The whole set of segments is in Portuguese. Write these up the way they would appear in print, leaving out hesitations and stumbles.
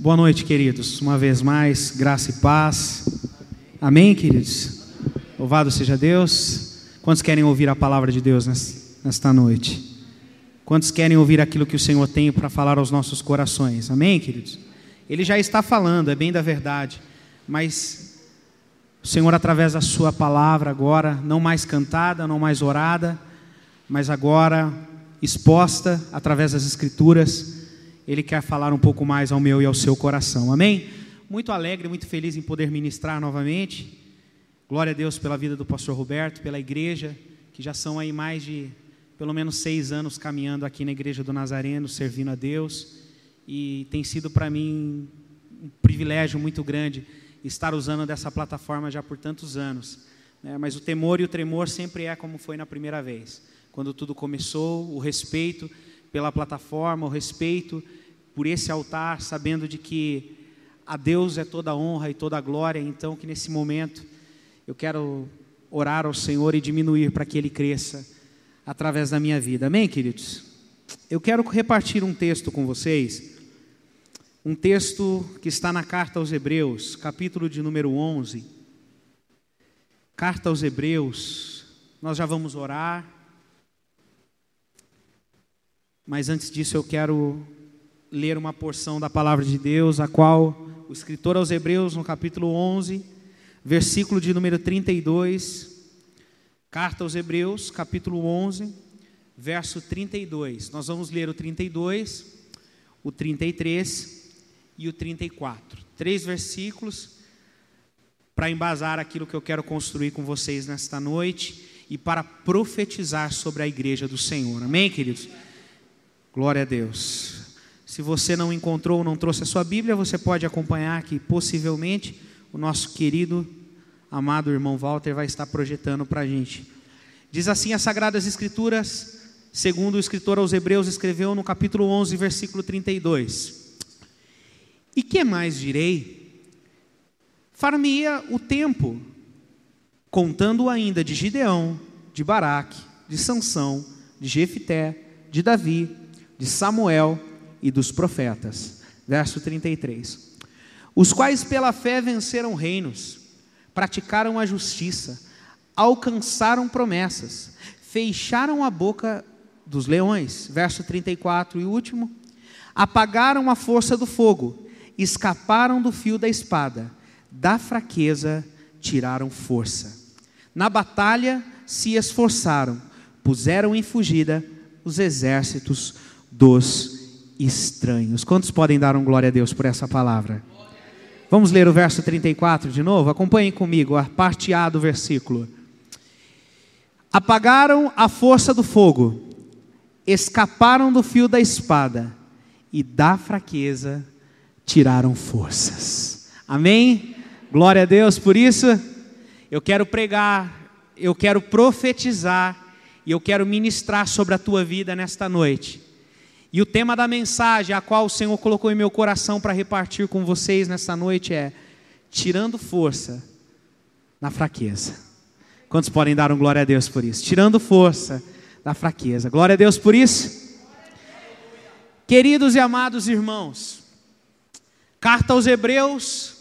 Boa noite, queridos. Uma vez mais, graça e paz. Amém, queridos? Louvado seja Deus. Quantos querem ouvir a palavra de Deus nesta noite? Quantos querem ouvir aquilo que o Senhor tem para falar aos nossos corações? Amém, queridos? Ele já está falando, é bem da verdade, mas o Senhor, através da sua palavra agora, não mais cantada, não mais orada, mas agora exposta através das Escrituras, Ele quer falar um pouco mais ao meu e ao seu coração, amém? Muito alegre, muito feliz em poder ministrar novamente. Glória a Deus pela vida do pastor Roberto, pela igreja, que já são aí mais de pelo menos 6 anos caminhando aqui na igreja do Nazareno, servindo a Deus, e tem sido para mim um privilégio muito grande estar usando dessa plataforma já por tantos anos, né? Mas o temor e o tremor sempre é como foi na primeira vez, quando tudo começou, o respeito pela plataforma, o respeito por esse altar, sabendo de que a Deus é toda a honra e toda a glória. Então que nesse momento eu quero orar ao Senhor e diminuir para que Ele cresça através da minha vida, amém, queridos? Eu quero repartir um texto com vocês, um texto que está na carta aos Hebreus, capítulo de número 11, carta aos Hebreus. Nós já vamos orar, mas antes disso eu quero ler uma porção da palavra de Deus, a qual o escritor aos Hebreus, no capítulo 11, versículo de número 32, carta aos Hebreus, capítulo 11, verso 32. Nós vamos ler o 32, o 33 e o 34. 3 versículos para embasar aquilo que eu quero construir com vocês nesta noite e para profetizar sobre a igreja do Senhor. Amém, queridos? Glória a Deus. Se você não encontrou ou não trouxe a sua Bíblia, você pode acompanhar que possivelmente o nosso querido, amado irmão Walter vai estar projetando para a gente. Diz assim as Sagradas Escrituras, segundo o escritor aos Hebreus escreveu no capítulo 11, versículo 32. E que mais direi? Far-me-ia o tempo, contando ainda de Gideão, de Baraque, de Sansão, de Jefité, de Davi, de Samuel e dos profetas. Verso 33. Os quais pela fé venceram reinos, praticaram a justiça, alcançaram promessas, fecharam a boca dos leões. Verso 34 e último. Apagaram a força do fogo, escaparam do fio da espada, da fraqueza tiraram força. Na batalha se esforçaram, puseram em fugida os exércitos dos estranhos. Quantos podem dar glória a Deus por essa palavra? Vamos ler o verso 34 de novo? Acompanhem comigo a parte A do versículo. Apagaram a força do fogo, escaparam do fio da espada, e da fraqueza tiraram forças. Amém? Glória a Deus por isso. Eu quero pregar, eu quero profetizar, e eu quero ministrar sobre a tua vida nesta noite. E o tema da mensagem, a qual o Senhor colocou em meu coração para repartir com vocês nesta noite é: tirando força na fraqueza. Quantos podem dar glória a Deus por isso? Tirando força da fraqueza. Glória a Deus por isso. Queridos e amados irmãos, carta aos Hebreus,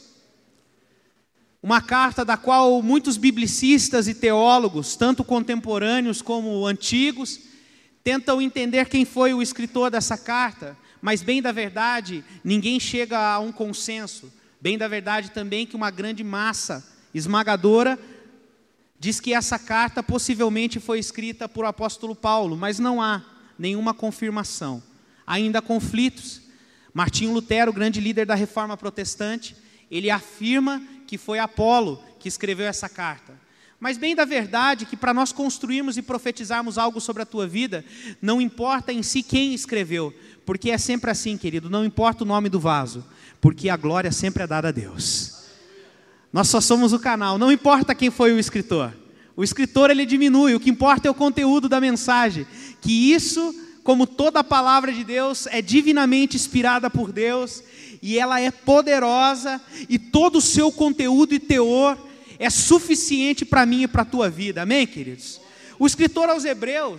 uma carta da qual muitos biblicistas e teólogos, tanto contemporâneos como antigos, tentam entender quem foi o escritor dessa carta, mas bem da verdade, ninguém chega a um consenso. Bem da verdade também que uma grande massa esmagadora diz que essa carta possivelmente foi escrita por o apóstolo Paulo, mas não há nenhuma confirmação. Ainda há conflitos. Martinho Lutero, o grande líder da Reforma Protestante, ele afirma que foi Apolo que escreveu essa carta. Mas bem da verdade que para nós construirmos e profetizarmos algo sobre a tua vida, não importa em si quem escreveu, porque é sempre assim, querido, não importa o nome do vaso, porque a glória sempre é dada a Deus. Nós só somos o canal, não importa quem foi o escritor ele diminui, o que importa é o conteúdo da mensagem, que isso, como toda a palavra de Deus, é divinamente inspirada por Deus, e ela é poderosa, e todo o seu conteúdo e teor é suficiente para mim e para a tua vida, amém, queridos? O escritor aos Hebreus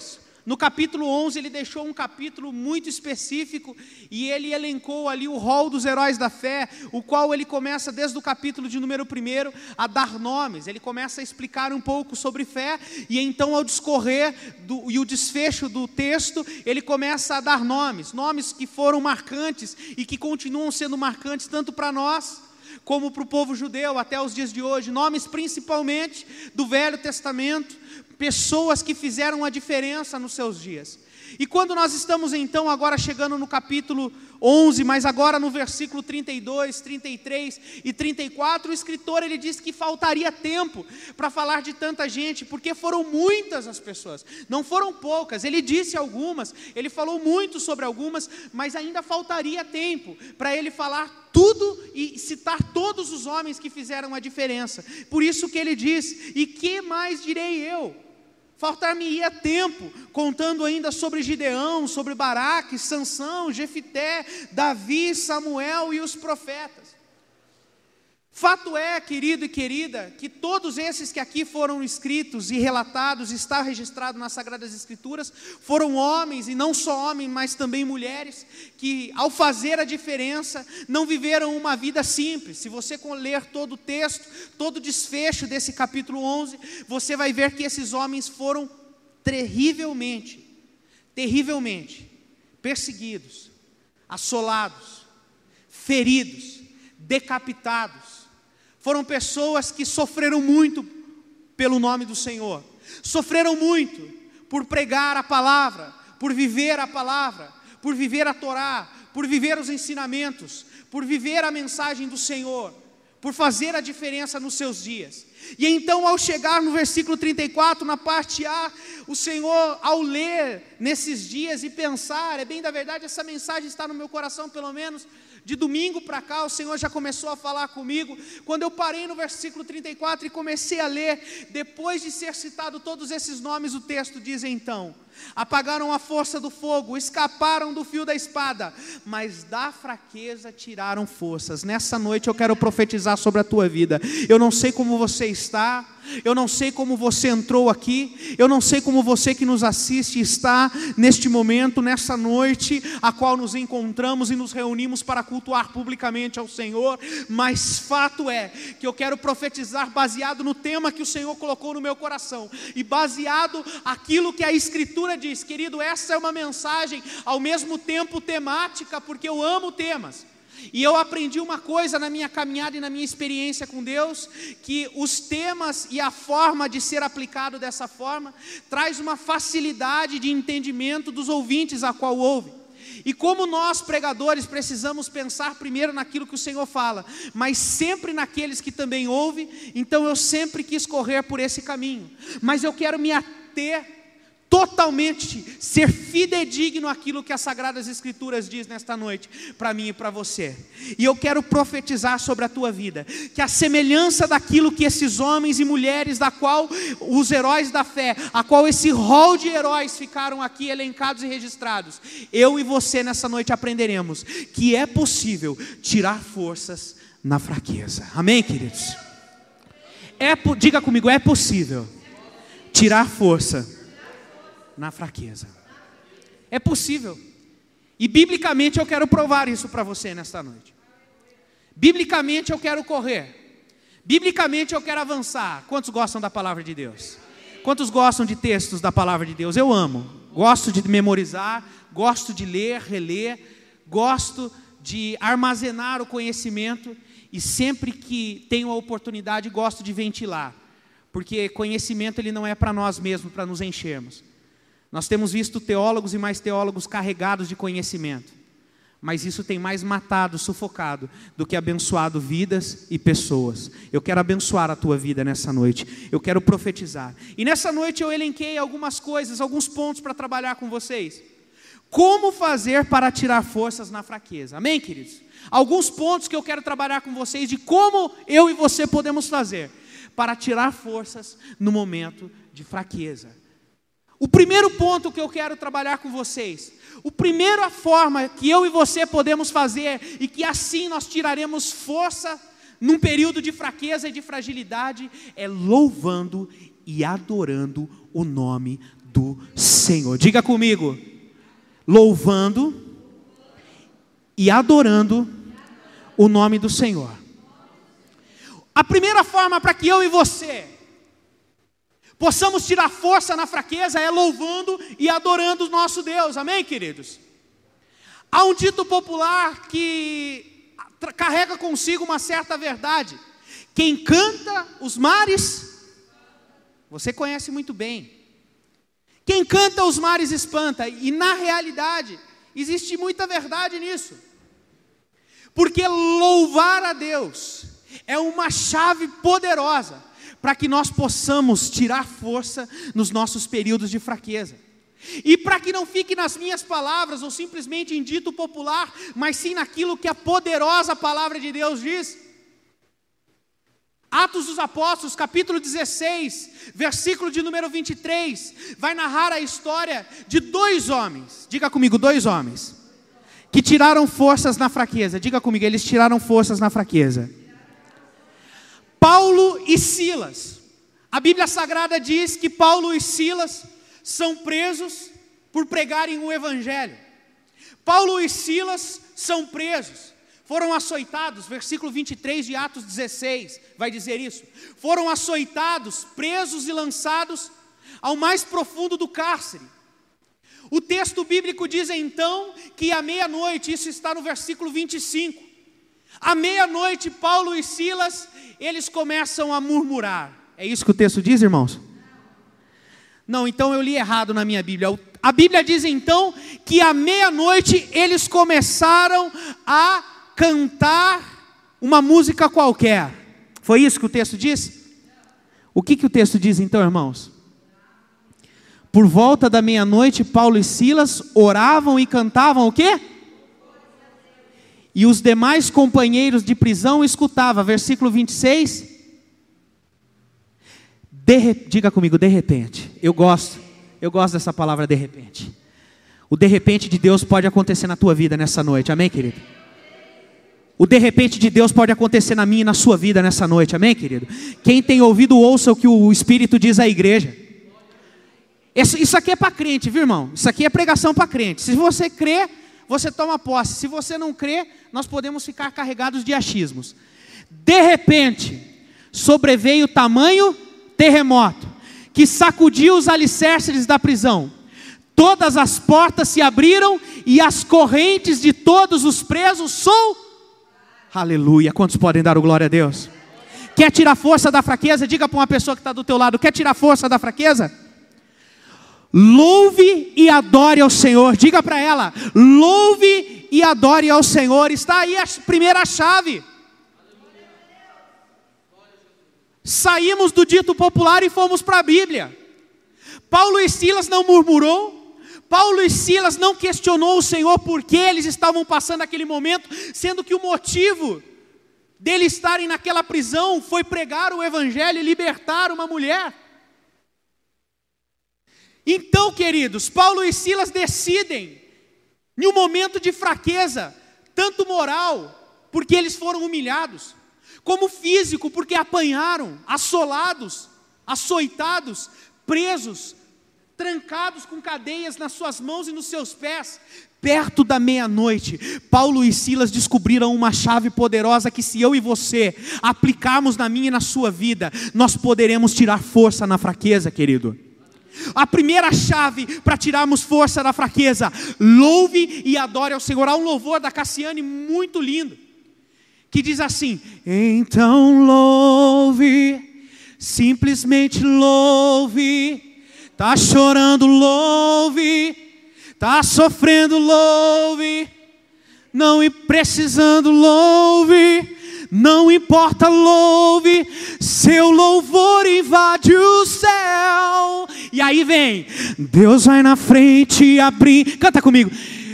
No capítulo 11, ele deixou um capítulo muito específico e ele elencou ali o rol dos heróis da fé, o qual ele começa desde o capítulo de número 1 a dar nomes. Ele começa a explicar um pouco sobre fé e então ao discorrer e o desfecho do texto, ele começa a dar nomes que foram marcantes e que continuam sendo marcantes tanto para nós, como para o povo judeu até os dias de hoje, nomes principalmente do Velho Testamento, pessoas que fizeram a diferença nos seus dias. E quando nós estamos então agora chegando no capítulo 11, mas agora no versículo 32, 33 e 34, o escritor ele diz que faltaria tempo para falar de tanta gente, porque foram muitas as pessoas, não foram poucas. Ele disse algumas, ele falou muito sobre algumas, mas ainda faltaria tempo para ele falar tudo e citar todos os homens que fizeram a diferença. Por isso que ele diz: e que mais direi eu? Faltar-me-ia tempo, contando ainda sobre Gideão, sobre Baraque, Sansão, Jefité, Davi, Samuel e os profetas. Fato é, querido e querida, que todos esses que aqui foram escritos e relatados, está registrado nas Sagradas Escrituras, foram homens, e não só homens, mas também mulheres, que ao fazer a diferença, não viveram uma vida simples. Se você ler todo o texto, todo o desfecho desse capítulo 11, você vai ver que esses homens foram terrivelmente perseguidos, assolados, feridos, decapitados. Foram pessoas que sofreram muito pelo nome do Senhor, sofreram muito por pregar a palavra, por viver a palavra, por viver a Torá, por viver os ensinamentos, por viver a mensagem do Senhor, por fazer a diferença nos seus dias. E então, ao chegar no versículo 34, na parte A, o Senhor, ao ler nesses dias e pensar, é bem da verdade, essa mensagem está no meu coração, pelo menos de domingo para cá, o Senhor já começou a falar comigo. Quando eu parei no versículo 34 e comecei a ler, depois de ser citado todos esses nomes, o texto diz então: apagaram a força do fogo, escaparam do fio da espada, mas da fraqueza tiraram forças. Nessa noite eu quero profetizar sobre a tua vida. Eu não sei como você está, eu não sei como você entrou aqui, eu não sei como você que nos assiste está neste momento, nessa noite, a qual nos encontramos e nos reunimos para cultuar publicamente ao Senhor, mas fato é que eu quero profetizar baseado no tema que o Senhor colocou no meu coração, e baseado aquilo que a Escritura diz. Querido, essa é uma mensagem ao mesmo tempo temática, porque eu amo temas. E eu aprendi uma coisa na minha caminhada e na minha experiência com Deus, que os temas e a forma de ser aplicado dessa forma, traz uma facilidade de entendimento dos ouvintes a qual ouvem. E como nós pregadores precisamos pensar primeiro naquilo que o Senhor fala, mas sempre naqueles que também ouvem, então eu sempre quis correr por esse caminho. Mas eu quero me ater totalmente, ser fidedigno àquilo que as Sagradas Escrituras diz nesta noite, para mim e para você. E eu quero profetizar sobre a tua vida, que a semelhança daquilo que esses homens e mulheres, da qual os heróis da fé, a qual esse rol de heróis ficaram aqui elencados e registrados, eu e você nessa noite aprenderemos que é possível tirar forças na fraqueza. Amém, queridos? Diga comigo, é possível tirar força na fraqueza. É possível. E biblicamente eu quero provar isso para você nesta noite. Biblicamente eu quero correr. Biblicamente eu quero avançar. Quantos gostam da palavra de Deus? Quantos gostam de textos da palavra de Deus? Eu amo. Gosto de memorizar, gosto de ler, reler, gosto de armazenar o conhecimento, e sempre que tenho a oportunidade gosto de ventilar. Porque conhecimento ele não é para nós mesmos, para nos enchermos. Nós temos visto teólogos e mais teólogos carregados de conhecimento, mas isso tem mais matado, sufocado, do que abençoado vidas e pessoas. Eu quero abençoar a tua vida nessa noite, eu quero profetizar. E nessa noite eu elenquei algumas coisas, alguns pontos para trabalhar com vocês. Como fazer para tirar forças na fraqueza? Amém, queridos? Alguns pontos que eu quero trabalhar com vocês, de como eu e você podemos fazer para tirar forças no momento de fraqueza. O primeiro ponto que eu quero trabalhar com vocês, a primeira forma que eu e você podemos fazer, e que assim nós tiraremos força num período de fraqueza e de fragilidade, é louvando e adorando o nome do Senhor. Diga comigo: louvando e adorando o nome do Senhor. A primeira forma para que eu e você possamos tirar força na fraqueza é louvando e adorando o nosso Deus. Amém, queridos? Há um dito popular que carrega consigo uma certa verdade: quem canta os mares, você conhece muito bem. Quem canta os mares espanta. E na realidade existe muita verdade nisso, porque louvar a Deus é uma chave poderosa para que nós possamos tirar força nos nossos períodos de fraqueza. E para que não fique nas minhas palavras ou simplesmente em dito popular, mas sim naquilo que a poderosa palavra de Deus diz. Atos dos Apóstolos, capítulo 16, versículo de número 23, vai narrar a história de 2 homens, diga comigo, 2 homens, que tiraram forças na fraqueza. Diga comigo, eles tiraram forças na fraqueza. Paulo e Silas. A Bíblia Sagrada diz que Paulo e Silas são presos por pregarem o Evangelho. Paulo e Silas são presos, foram açoitados, versículo 23 de Atos 16, vai dizer isso. Foram açoitados, presos e lançados ao mais profundo do cárcere. O texto bíblico diz então que à meia-noite, isso está no versículo 25, à meia-noite Paulo e Silas, eles começam a murmurar. É isso que o texto diz, irmãos? Não, então eu li errado na minha Bíblia. A Bíblia diz então que à meia-noite eles começaram a cantar uma música qualquer. Foi isso que o texto diz? O que o texto diz então, irmãos? Por volta da meia-noite, Paulo e Silas oravam e cantavam o quê? E os demais companheiros de prisão escutavam. Versículo 26. Diga comigo, de repente. Eu gosto dessa palavra de repente. O de repente de Deus pode acontecer na tua vida nessa noite, amém, querido? O de repente de Deus pode acontecer na minha e na sua vida nessa noite, amém, querido? Quem tem ouvido, ouça o que o Espírito diz à igreja. Isso aqui é para crente, viu, irmão? Isso aqui é pregação para crente. Se você crê, você toma posse. Se você não crê, nós podemos ficar carregados de achismos. De repente, sobreveio tamanho terremoto, que sacudiu os alicerces da prisão. Todas as portas se abriram e as correntes de todos os presos Aleluia. Quantos podem dar o glória a Deus? Quer tirar força da fraqueza? Diga para uma pessoa que está do teu lado: quer tirar força da fraqueza? Louve e adore ao Senhor. Diga para ela: louve e adore ao Senhor. Está aí a primeira chave. Saímos do dito popular e fomos para a Bíblia. Paulo e Silas não murmurou. Paulo e Silas não questionou o Senhor por que eles estavam passando aquele momento, sendo que o motivo deles estarem naquela prisão foi pregar o Evangelho e libertar uma mulher. Então, queridos, Paulo e Silas decidem, em um momento de fraqueza, tanto moral, porque eles foram humilhados, como físico, porque apanharam, assolados, açoitados, presos, trancados com cadeias nas suas mãos e nos seus pés. Perto da meia-noite, Paulo e Silas descobriram uma chave poderosa que, se eu e você aplicarmos na minha e na sua vida, nós poderemos tirar força na fraqueza, querido. A primeira chave para tirarmos força da fraqueza: louve e adore ao Senhor. Há um louvor da Cassiane muito lindo, que diz assim: então louve, simplesmente louve. Tá chorando, louve. Tá sofrendo, louve. Não precisando, louve. Não importa, louve. Seu louvor invade o céu. E aí vem: Deus vai na frente abrir. Canta comigo.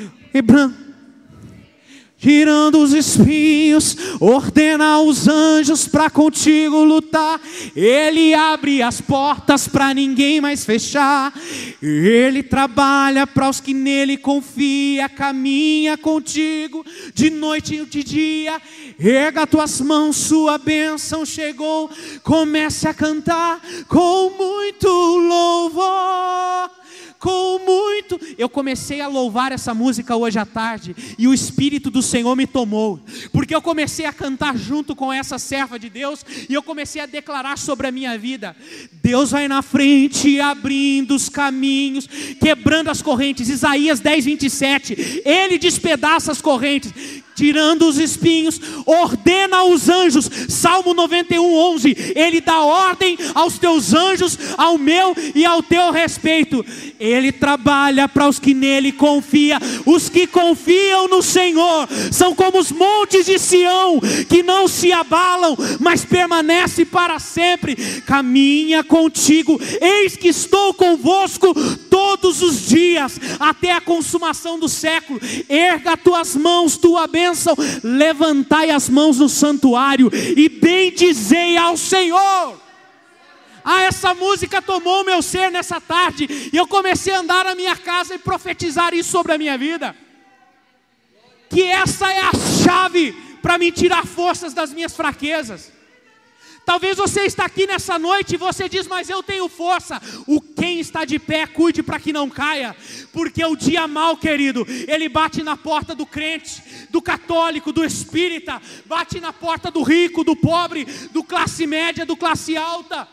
Tirando os espinhos, ordena os anjos para contigo lutar. Ele abre as portas para ninguém mais fechar. Ele trabalha para os que nele confia, caminha contigo de noite e de dia. Erga tuas mãos, sua bênção chegou. Comece a cantar com muito louvor. com muito. Eu comecei a louvar essa música hoje à tarde, e o Espírito do Senhor me tomou, porque eu comecei a cantar junto com essa serva de Deus, e eu comecei a declarar sobre a minha vida: Deus vai na frente, abrindo os caminhos, quebrando as correntes. Isaías 10:27, Ele despedaça as correntes, tirando os espinhos, ordena aos anjos. Salmo 91:11, Ele dá ordem aos teus anjos, ao meu e ao teu respeito. Ele trabalha para os que nele confiam. Os que confiam no Senhor são como os montes de Sião, que não se abalam, mas permanece para sempre. Caminha contigo, eis que estou convosco todos os dias, até a consumação do século. Erga tuas mãos, tua bênção, levantai as mãos no santuário e bendizei ao Senhor. Essa música tomou o meu ser nessa tarde, e eu comecei a andar na minha casa e profetizar isso sobre a minha vida, que essa é a chave para me tirar forças das minhas fraquezas. Talvez você está aqui nessa noite e você diz: mas eu tenho força. Quem está de pé, cuide para que não caia, porque o dia mau, querido, ele bate na porta do crente, do católico, do espírita, bate na porta do rico, do pobre, do classe média, do classe alta.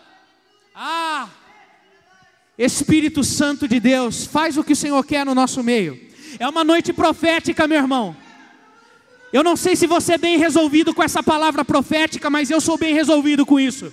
Espírito Santo de Deus, faz o que o Senhor quer no nosso meio. É uma noite profética, meu irmão. Eu não sei se você é bem resolvido com essa palavra profética, mas eu sou bem resolvido com isso.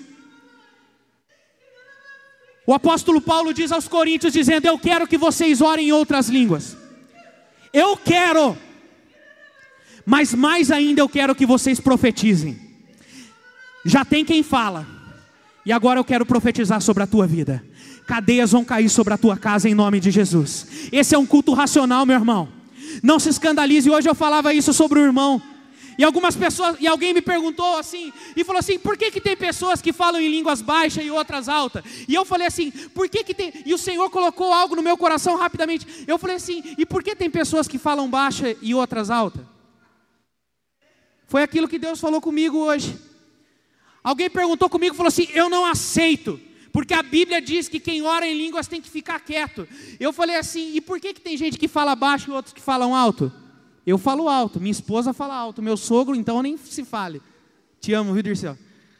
O apóstolo Paulo diz aos Coríntios, dizendo: eu quero que vocês orem em outras línguas. Eu quero, mas mais ainda eu quero que vocês profetizem. Já tem quem fala, e agora eu quero profetizar sobre a tua vida. Cadeias vão cair sobre a tua casa em nome de Jesus. Esse é um culto racional, meu irmão. Não se escandalize. Hoje eu falava isso sobre o irmão, e algumas pessoas, e alguém me perguntou assim, e falou assim: por que tem pessoas que falam em línguas baixas e outras altas? E eu falei assim: por que tem? E o Senhor colocou algo no meu coração rapidamente. Eu falei assim: e por que tem pessoas que falam baixa e outras altas? Foi aquilo que Deus falou comigo hoje. Alguém perguntou comigo, falou assim: eu não aceito, porque a Bíblia diz que quem ora em línguas tem que ficar quieto. Eu falei assim: e por que tem gente que fala baixo e outros que falam alto? Eu falo alto, minha esposa fala alto, meu sogro então nem se fale. Te amo, viu, Dirceu?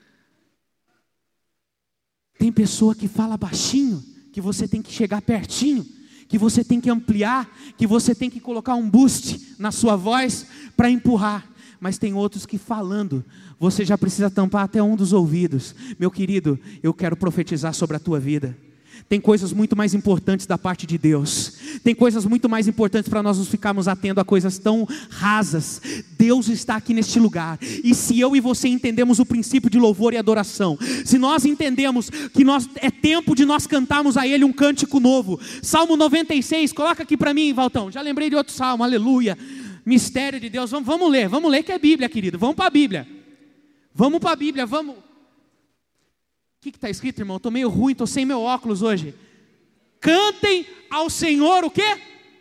Tem pessoa que fala baixinho, que você tem que chegar pertinho, que você tem que ampliar, que você tem que colocar um boost na sua voz para empurrar. Mas tem outros que falando, você já precisa tampar até um dos ouvidos. Meu querido, eu quero profetizar sobre a tua vida. Tem coisas muito mais importantes da parte de Deus. Tem coisas muito mais importantes para nós nos ficarmos atentos a coisas tão rasas. Deus está aqui neste lugar. E se eu e você entendemos o princípio de louvor e adoração, se nós entendemos que é tempo de nós cantarmos a Ele um cântico novo. Salmo 96, coloca aqui para mim, Valtão. Já lembrei de outro salmo, aleluia. Mistério de Deus, vamos ler que é Bíblia, querido, vamos para a Bíblia. Vamos para a Bíblia, vamos. O que está escrito, irmão? Estou meio ruim, estou sem meu óculos hoje. Cantem ao Senhor o quê?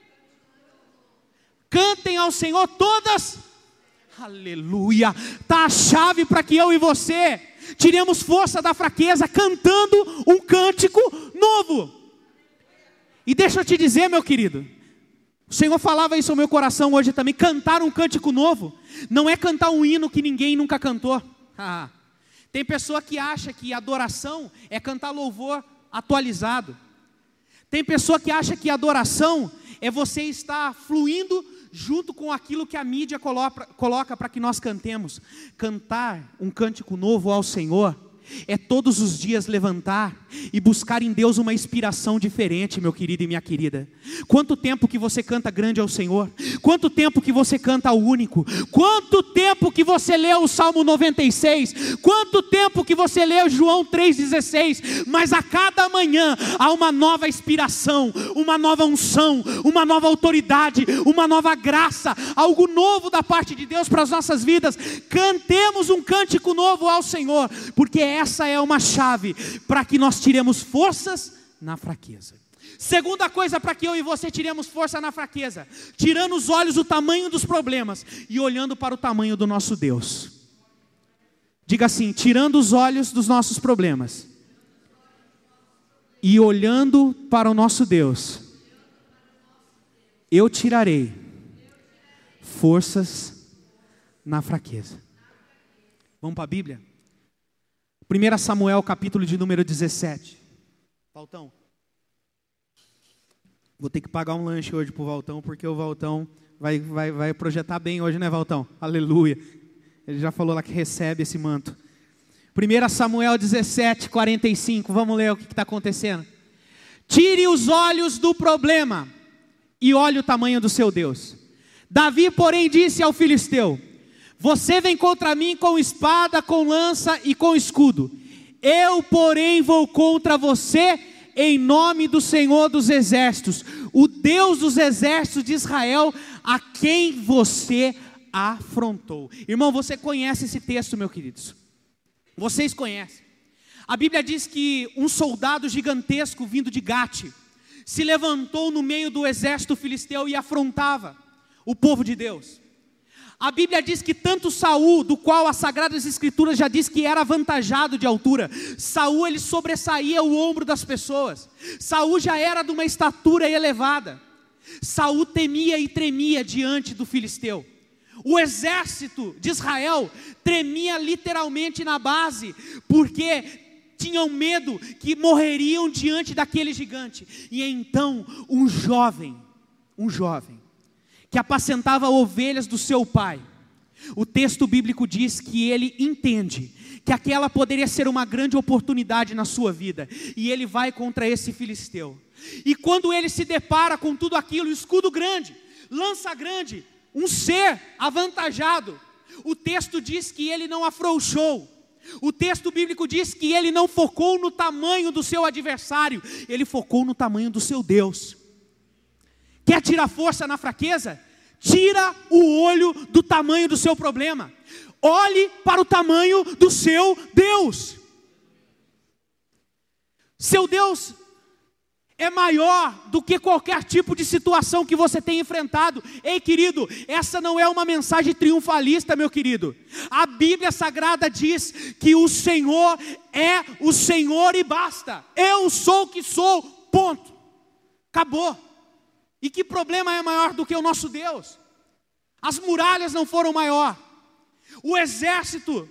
Cantem ao Senhor todas. Aleluia. Está a chave para que eu e você tiremos força da fraqueza, cantando um cântico novo. E deixa eu te dizer, meu querido, o Senhor falava isso ao meu coração hoje também. Cantar um cântico novo não é cantar um hino que ninguém nunca cantou. Tem pessoa que acha que adoração é cantar louvor atualizado. Tem pessoa que acha que adoração é você estar fluindo junto com aquilo que a mídia coloca para que nós cantemos. Cantar um cântico novo ao Senhor é todos os dias levantar e buscar em Deus uma inspiração diferente, meu querido e minha querida. Quanto tempo que você canta grande ao Senhor? Quanto tempo que você canta ao único? Quanto tempo que você lê o Salmo 96? Quanto tempo que você lê João 3,16? Mas a cada manhã há uma nova inspiração, uma nova unção, uma nova autoridade, uma nova graça, algo novo da parte de Deus para as nossas vidas. Cantemos um cântico novo ao Senhor, porque essa é uma chave para que nós tiremos forças na fraqueza. Segunda coisa para que eu e você tiremos força na fraqueza: tirando os olhos do tamanho dos problemas e olhando para o tamanho do nosso Deus. Diga assim: tirando os olhos dos nossos problemas e olhando para o nosso Deus. eu tirarei forças na fraqueza. Vamos para a Bíblia? 1 Samuel, capítulo de número 17. Valtão. Vou ter que pagar um lanche hoje para o Valtão, porque o Valtão vai projetar bem hoje, né, Valtão? Aleluia. Ele já falou lá que recebe esse manto. 1 Samuel 17, 45. Vamos ler o que está acontecendo. Tire os olhos do problema e olhe o tamanho do seu Deus. Davi, porém, disse ao filisteu: você vem contra mim com espada, com lança e com escudo. Eu, porém, vou contra você em nome do Senhor dos exércitos, o Deus dos exércitos de Israel, a quem você afrontou. Irmão, você conhece esse texto, meus queridos? Vocês conhecem. A Bíblia diz que um soldado gigantesco vindo de Gate se levantou no meio do exército filisteu e afrontava o povo de Deus. A Bíblia diz que tanto Saul, do qual as Sagradas Escrituras já diz que era avantajado de altura, Saul ele sobressaía o ombro das pessoas. Saul já era de uma estatura elevada. Saul temia e tremia diante do filisteu. O exército de Israel tremia literalmente na base, porque tinham medo que morreriam diante daquele gigante. E então um jovem, que apacentava ovelhas do seu pai, o texto bíblico diz que ele entende que aquela poderia ser uma grande oportunidade na sua vida, e ele vai contra esse filisteu. E quando ele se depara com tudo aquilo, escudo grande, lança grande, um ser avantajado, o texto diz que ele não afrouxou. O texto bíblico diz que ele não focou no tamanho do seu adversário, ele focou no tamanho do seu Deus. Quer tirar força na fraqueza? Tira o olho do tamanho do seu problema. Olhe para o tamanho do seu Deus. Seu Deus é maior do que qualquer tipo de situação que você tenha enfrentado. Ei, querido, essa não é uma mensagem triunfalista, meu querido. A Bíblia Sagrada diz que o Senhor é o Senhor e basta. Eu sou o que sou, ponto. Acabou. E que problema é maior do que o nosso Deus? As muralhas não foram maior. O exército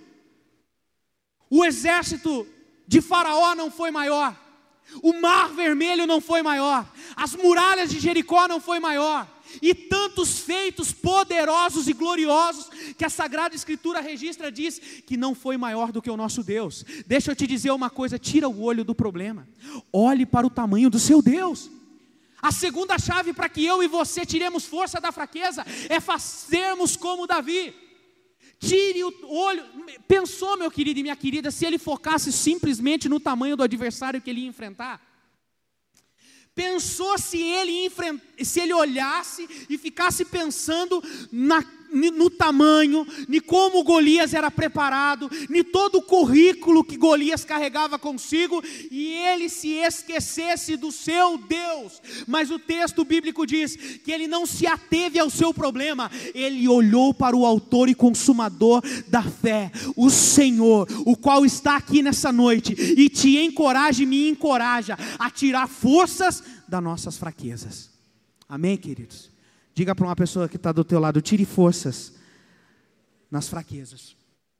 de Faraó não foi maior. O mar vermelho não foi maior. As muralhas de Jericó não foi maior. E tantos feitos poderosos e gloriosos que a Sagrada Escritura registra, diz que não foi maior do que o nosso Deus. Deixa eu te dizer uma coisa, tira o olho do problema. Olhe para o tamanho do seu Deus. A segunda chave para que eu e você tiremos força da fraqueza é fazermos como Davi. Tire o olho. Pensou, meu querido e minha querida, se ele focasse simplesmente no tamanho do adversário que ele ia enfrentar? Pensou se ele olhasse e ficasse pensando no tamanho, em como Golias era preparado, em todo o currículo que Golias carregava consigo, e ele se esquecesse do seu Deus? Mas o texto bíblico diz que ele não se ateve ao seu problema, ele olhou para o autor e consumador da fé, o Senhor, o qual está aqui nessa noite, e te encoraja e me encoraja a tirar forças das nossas fraquezas. Amém, queridos? Diga para uma pessoa que está do teu lado, tire forças nas fraquezas.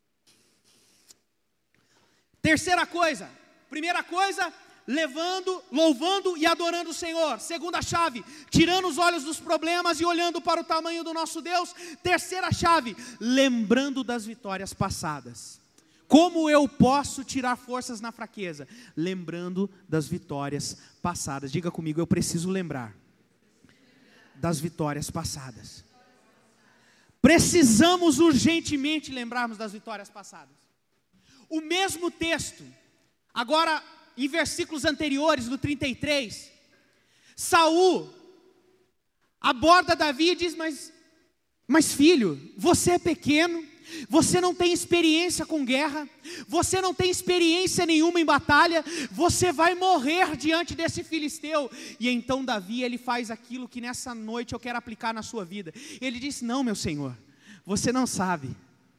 Terceira coisa. Primeira coisa, louvando e adorando o Senhor. Segunda chave, tirando os olhos dos problemas e olhando para o tamanho do nosso Deus. Terceira chave, lembrando das vitórias passadas. Como eu posso tirar forças na fraqueza? Lembrando das vitórias passadas. Diga comigo, eu preciso lembrar das vitórias passadas. Precisamos urgentemente lembrarmos das vitórias passadas. O mesmo texto, agora em versículos anteriores, no 33, Saul aborda Davi e diz, mas filho, você é pequeno, você não tem experiência com guerra, você não tem experiência nenhuma em batalha, você vai morrer diante desse filisteu. E então Davi, ele faz aquilo que nessa noite eu quero aplicar na sua vida. Ele diz, não, meu senhor, você não sabe.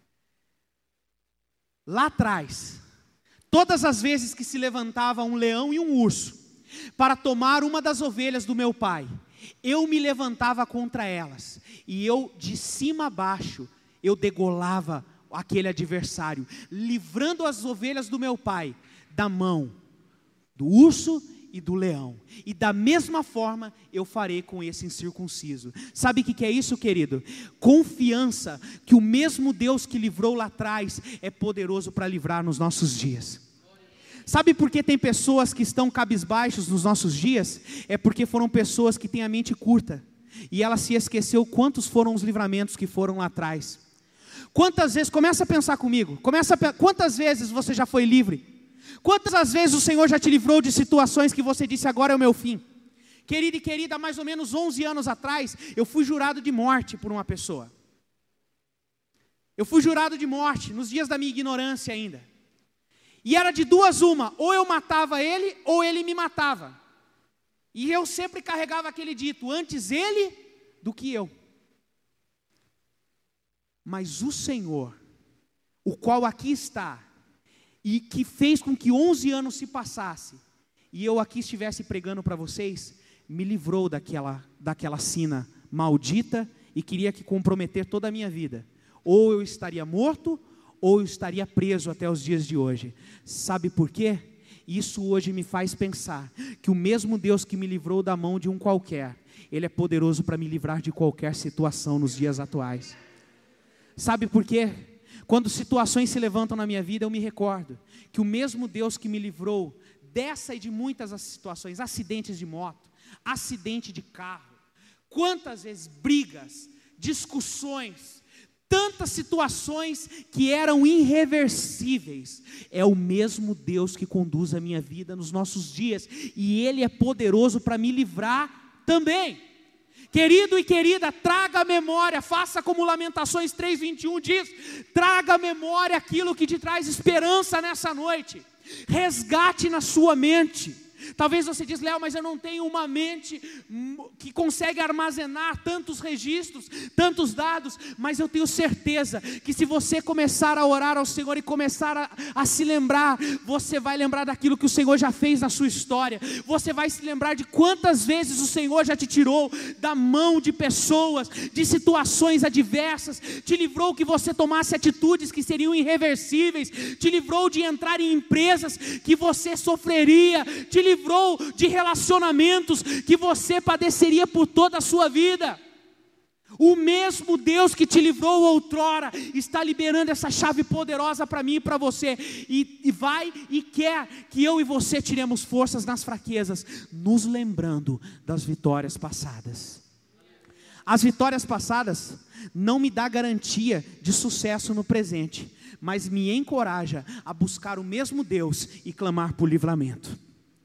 Lá atrás, todas as vezes que se levantava um leão e um urso para tomar uma das ovelhas do meu pai, eu me levantava contra elas, e eu de cima a baixo, eu degolava aquele adversário, livrando as ovelhas do meu pai, da mão do urso e do leão, e da mesma forma eu farei com esse incircunciso. Sabe o que é isso, querido? Confiança que o mesmo Deus que livrou lá atrás, é poderoso para livrar nos nossos dias. Sabe por que tem pessoas que estão cabisbaixos nos nossos dias? É porque foram pessoas que têm a mente curta, e ela se esqueceu quantos foram os livramentos que foram lá atrás. Quantas vezes, começa a pensar comigo, quantas vezes você já foi livre? Quantas vezes o Senhor já te livrou de situações que você disse, agora é o meu fim? Querido e querida, há mais ou menos 11 anos atrás, eu fui jurado de morte por uma pessoa. Eu fui jurado de morte, nos dias da minha ignorância ainda. E era de duas uma, ou eu matava ele, ou ele me matava. E eu sempre carregava aquele dito, antes ele do que eu. Mas o Senhor, o qual aqui está, e que fez com que 11 anos se passasse, e eu aqui estivesse pregando para vocês, me livrou daquela sina maldita, e queria que comprometer toda a minha vida. Ou eu estaria morto, ou eu estaria preso até os dias de hoje. Sabe por quê? Isso hoje me faz pensar que o mesmo Deus que me livrou da mão de um qualquer, Ele é poderoso para me livrar de qualquer situação nos dias atuais. Sabe por quê? Quando situações se levantam na minha vida, eu me recordo que o mesmo Deus que me livrou dessa e de muitas situações, acidentes de moto, acidente de carro, quantas vezes brigas, discussões, tantas situações que eram irreversíveis, é o mesmo Deus que conduz a minha vida nos nossos dias, e Ele é poderoso para me livrar também. Querido e querida, traga a memória, faça como Lamentações 3:21 diz, traga a memória aquilo que te traz esperança nessa noite, resgate na sua mente. Talvez você diz, Léo, mas eu não tenho uma mente que consegue armazenar tantos registros, tantos dados, mas eu tenho certeza que se você começar a orar ao Senhor e começar a se lembrar, você vai lembrar daquilo que o Senhor já fez na sua história, você vai se lembrar de quantas vezes o Senhor já te tirou da mão de pessoas, de situações adversas, te livrou que você tomasse atitudes que seriam irreversíveis, te livrou de entrar em empresas que você sofreria, te livrou de relacionamentos que você padeceria por toda a sua vida. O mesmo Deus que te livrou outrora está liberando essa chave poderosa para mim e para você, e vai e quer que eu e você tiremos forças nas fraquezas, nos lembrando das vitórias passadas. As vitórias passadas não me dá garantia de sucesso no presente, mas me encoraja a buscar o mesmo Deus e clamar por livramento.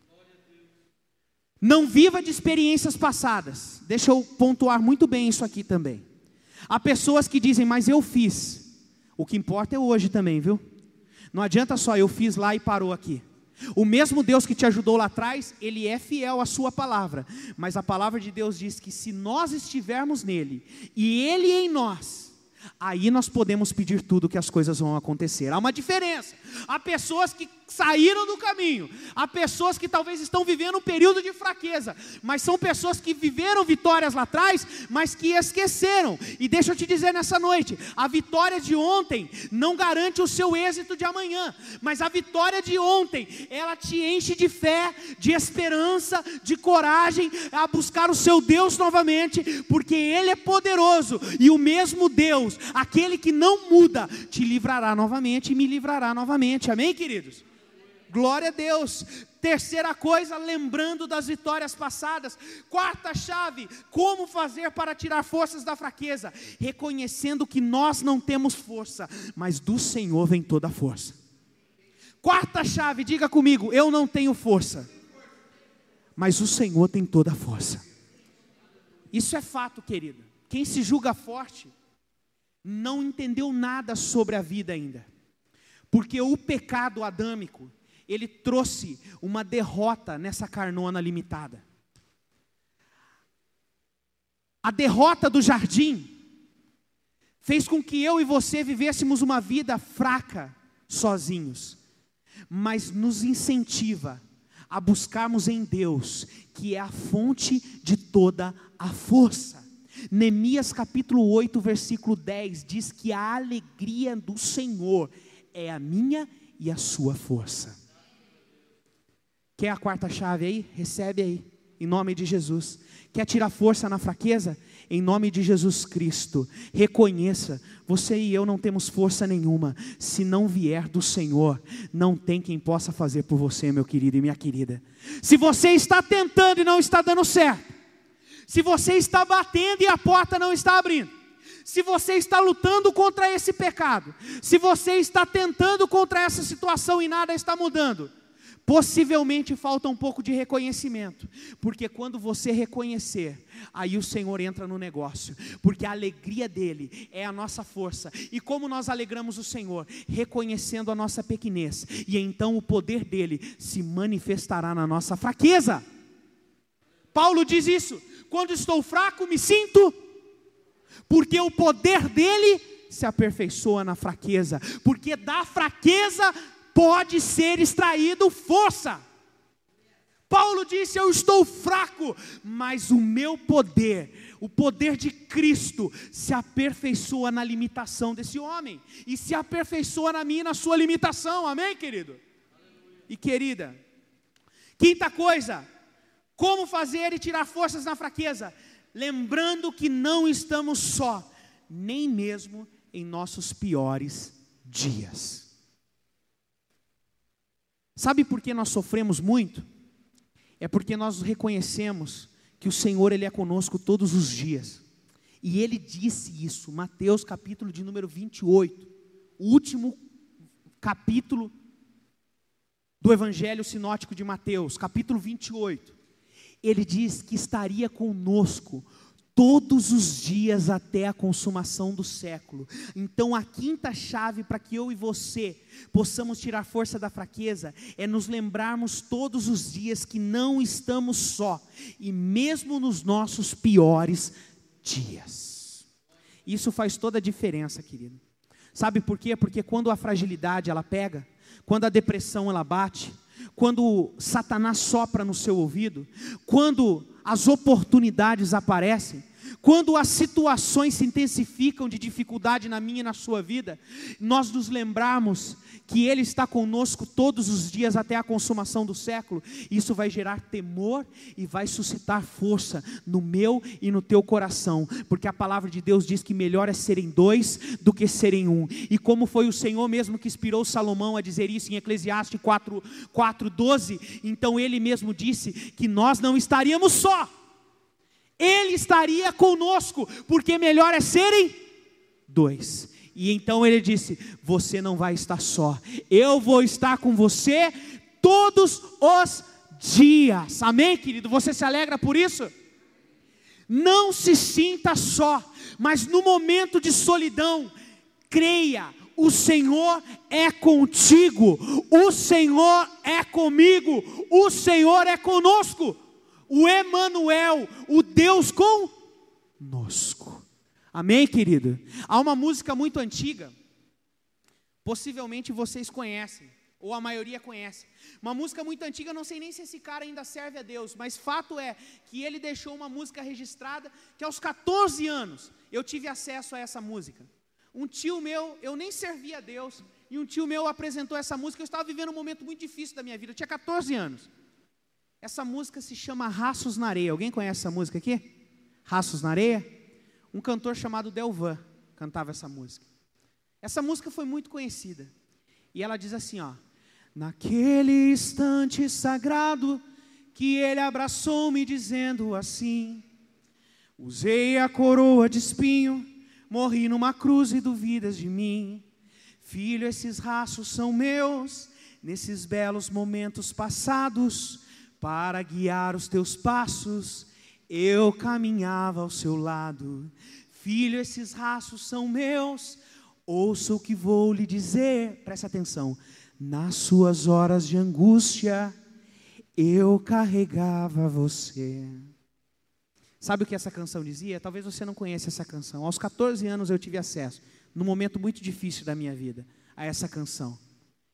Não viva de experiências passadas. Deixa eu pontuar muito bem isso aqui também. Há pessoas que dizem, mas eu fiz. O que importa é hoje também, viu? Não adianta só eu fiz lá e parou aqui. O mesmo Deus que te ajudou lá atrás, Ele é fiel à sua palavra. Mas a palavra de Deus diz que se nós estivermos nele e Ele em nós, aí nós podemos pedir tudo que as coisas vão acontecer. Há uma diferença. Há pessoas que saíram do caminho, há pessoas que talvez estão vivendo um período de fraqueza, mas são pessoas que viveram vitórias lá atrás, mas que esqueceram. E deixa eu te dizer nessa noite, a vitória de ontem não garante o seu êxito de amanhã, mas a vitória de ontem, ela te enche de fé, de esperança, de coragem a buscar o seu Deus novamente, porque Ele é poderoso, e o mesmo Deus, aquele que não muda, te livrará novamente e me livrará novamente. Amém, queridos? Glória a Deus. Terceira coisa, lembrando das vitórias passadas. Quarta chave, como fazer para tirar forças da fraqueza? Reconhecendo que nós não temos força, mas do Senhor vem toda a força. Quarta chave, diga comigo, eu não tenho força, mas o Senhor tem toda a força. Isso é fato, querido. Quem se julga forte, não entendeu nada sobre a vida ainda. Porque o pecado adâmico, ele trouxe uma derrota nessa carnona limitada. A derrota do jardim fez com que eu e você vivêssemos uma vida fraca, sozinhos, mas nos incentiva a buscarmos em Deus, que é a fonte de toda a força. Neemias capítulo 8, versículo 10, diz que a alegria do Senhor é a minha e a sua força. Quer a quarta chave aí? Recebe aí, em nome de Jesus. Quer tirar força na fraqueza? Em nome de Jesus Cristo, reconheça, você e eu não temos força nenhuma, se não vier do Senhor, não tem quem possa fazer por você, meu querido e minha querida. Se você está tentando e não está dando certo, se você está batendo e a porta não está abrindo, se você está lutando contra esse pecado, se você está tentando contra essa situação e nada está mudando, possivelmente falta um pouco de reconhecimento, porque quando você reconhecer, aí o Senhor entra no negócio, porque a alegria dele é a nossa força, e como nós alegramos o Senhor? Reconhecendo a nossa pequenez, e então o poder dele se manifestará na nossa fraqueza. Paulo diz isso: quando estou fraco me sinto, porque o poder dele se aperfeiçoa na fraqueza, porque da fraqueza pode ser extraído força. Paulo disse: eu estou fraco, mas o meu poder, o poder de Cristo, se aperfeiçoa na limitação desse homem, e se aperfeiçoa na minha e na sua limitação, amém, querido? E querida, quinta coisa, como fazer e tirar forças na fraqueza? Lembrando que não estamos só, nem mesmo em nossos piores dias. Sabe por que nós sofremos muito? É porque nós reconhecemos que o Senhor, Ele é conosco todos os dias. E Ele disse isso, Mateus capítulo de número 28, o último capítulo do Evangelho Sinótico de Mateus, capítulo 28. Ele diz que estaria conosco todos os dias até a consumação do século. Então a quinta chave para que eu e você possamos tirar força da fraqueza é nos lembrarmos todos os dias que não estamos só, e mesmo nos nossos piores dias. Isso faz toda a diferença, querido. Sabe por quê? Porque quando a fragilidade ela pega, quando a depressão ela bate, quando Satanás sopra no seu ouvido, quando as oportunidades aparecem, quando as situações se intensificam de dificuldade na minha e na sua vida, nós nos lembrarmos que Ele está conosco todos os dias até a consumação do século, isso vai gerar temor e vai suscitar força no meu e no teu coração, porque a palavra de Deus diz que melhor é serem dois do que serem um, e como foi o Senhor mesmo que inspirou Salomão a dizer isso em Eclesiastes 4:12, então ele mesmo disse que nós não estaríamos só, Ele estaria conosco, porque melhor é serem dois. E então ele disse: você não vai estar só, eu vou estar com você todos os dias. Amém, querido? Você se alegra por isso? Não se sinta só, mas no momento de solidão, creia, o Senhor é contigo, o Senhor é comigo, o Senhor é conosco. O Emanuel, o Deus conosco. Amém, querido? Há uma música muito antiga, possivelmente vocês conhecem, ou a maioria conhece. Uma música muito antiga, não sei nem se esse cara ainda serve a Deus, mas fato é que ele deixou uma música registrada, que aos 14 anos eu tive acesso a essa música. Um tio meu, eu nem servia a Deus, e um tio meu apresentou essa música. Eu estava vivendo um momento muito difícil da minha vida, eu tinha 14 anos. Essa música se chama Raços na Areia. Alguém conhece essa música aqui? Raços na Areia? Um cantor chamado Delvan cantava essa música. Essa música foi muito conhecida. E ela diz assim, ó: naquele instante sagrado que ele abraçou-me dizendo assim: usei a coroa de espinho, morri numa cruz e duvidas de mim. Filho, esses rastros são meus, nesses belos momentos passados, para guiar os teus passos, eu caminhava ao seu lado. Filho, esses rastros são meus, ouça o que vou lhe dizer, presta atenção. Nas suas horas de angústia, eu carregava você. Sabe o que essa canção dizia? Talvez você não conheça essa canção. Aos 14 anos eu tive acesso, num momento muito difícil da minha vida, a essa canção.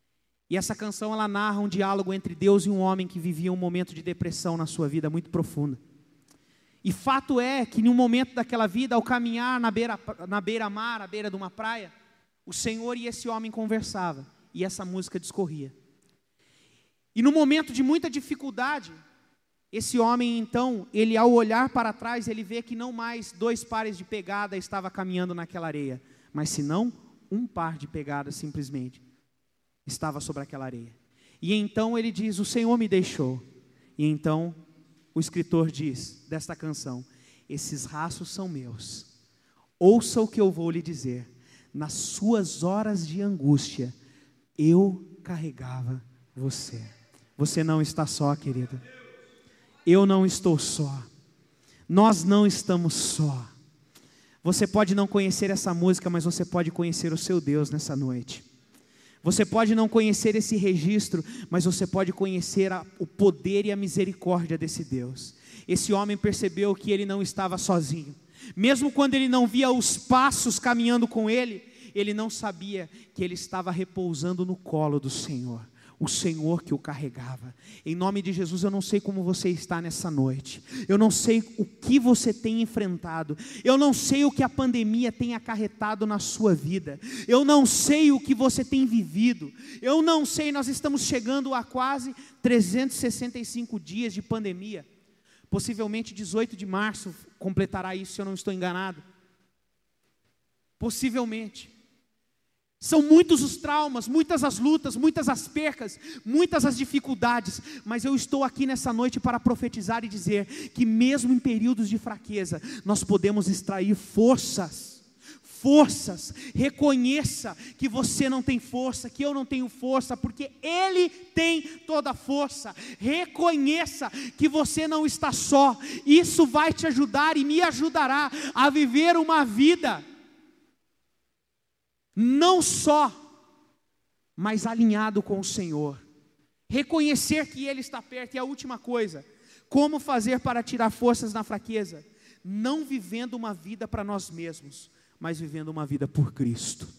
E essa canção ela narra um diálogo entre Deus e um homem que vivia um momento de depressão na sua vida muito profunda. E fato é que em um momento daquela vida, ao caminhar na beira-mar, à beira de uma praia, o Senhor e esse homem conversavam, e essa música discorria. E no momento de muita dificuldade, esse homem então, ele ao olhar para trás, ele vê que não mais 2 pares de pegada estava caminhando naquela areia, mas senão um par de pegadas simplesmente estava sobre aquela areia. E então ele diz, o Senhor me deixou. E então o escritor diz desta canção, esses rastros são meus, ouça o que eu vou lhe dizer, nas suas horas de angústia, eu carregava você. Você não está só, querido. Eu não estou só. Nós não estamos só. Você pode não conhecer essa música, mas você pode conhecer o seu Deus nessa noite. Você pode não conhecer esse registro, mas você pode conhecer o poder e a misericórdia desse Deus. Esse homem percebeu que ele não estava sozinho. Mesmo quando ele não via os passos caminhando com ele, ele não sabia que ele estava repousando no colo do Senhor. O Senhor que o carregava. Em nome de Jesus, eu não sei como você está nessa noite. Eu não sei o que você tem enfrentado. Eu não sei o que a pandemia tem acarretado na sua vida. Eu não sei o que você tem vivido. Eu não sei, nós estamos chegando a quase 365 dias de pandemia. Possivelmente 18 de março completará isso, se eu não estou enganado. Possivelmente. São muitos os traumas, muitas as lutas, muitas as percas, muitas as dificuldades, mas eu estou aqui nessa noite para profetizar e dizer que mesmo em períodos de fraqueza, nós podemos extrair forças. Reconheça que você não tem força, que eu não tenho força, porque Ele tem toda a força. Reconheça que você não está só, isso vai te ajudar e me ajudará a viver uma vida não só, mas alinhado com o Senhor. Reconhecer que Ele está perto. E a última coisa, como fazer para tirar forças na fraqueza? Não vivendo uma vida para nós mesmos, mas vivendo uma vida por Cristo.